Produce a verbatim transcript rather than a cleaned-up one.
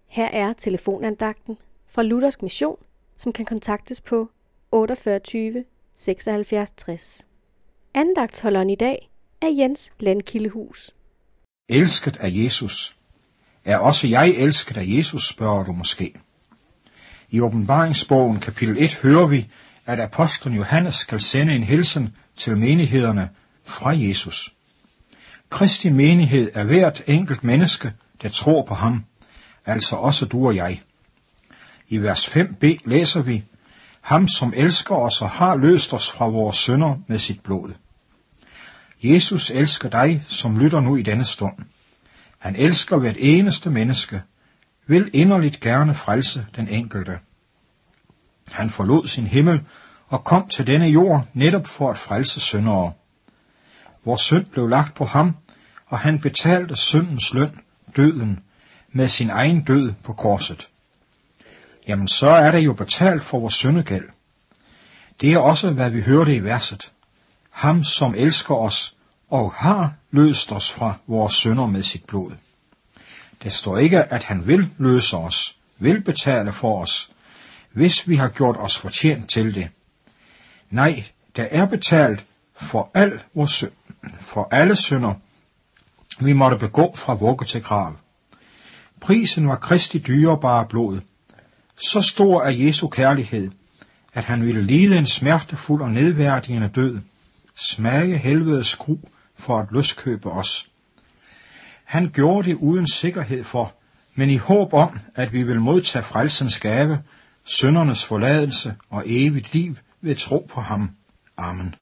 Her er telefonandagten fra Luthersk Mission, som kan kontaktes på otteogfyrre tyve seksoghalvfjerds tres. Andagtsholderen i dag er Jens Landkildehus. Elsket af Jesus. Er også jeg elsket af Jesus, spørger du måske. I Åbenbaringsbogen kapitel et hører vi, at apostlen Johannes skal sende en hilsen til menighederne fra Jesus. Kristi menighed er hvert enkelt menneske, der tror på ham, altså også du og jeg. I vers fem b læser vi, ham som elsker os og har løst os fra vores synder med sit blod. Jesus elsker dig, som lytter nu i denne stund. Han elsker hvert eneste menneske, vil inderligt gerne frelse den enkelte. Han forlod sin himmel og kom til denne jord netop for at frelse syndere. Vores synd blev lagt på ham, og han betalte syndens løn, døden, med sin egen død på korset. Jamen så er det jo betalt for vores syndegæld. Det er også, hvad vi hørte i verset. Ham, som elsker os og har løst os fra vores synder med sit blod. Det står ikke, at han vil løse os, vil betale for os, hvis vi har gjort os fortjent til det. Nej, der er betalt for al vores synd, for alle synder, vi måtte begå fra vugge til grav. Prisen var Kristi dyrebare blod. Så stor er Jesu kærlighed, at han ville lide en smertefuld og nedværdigende død, smage helvedes skru for at løskøbe os. Han gjorde det uden sikkerhed for, men i håb om, at vi vil modtage frelsens gave, syndernes forladelse og evigt liv ved tro på ham. Amen.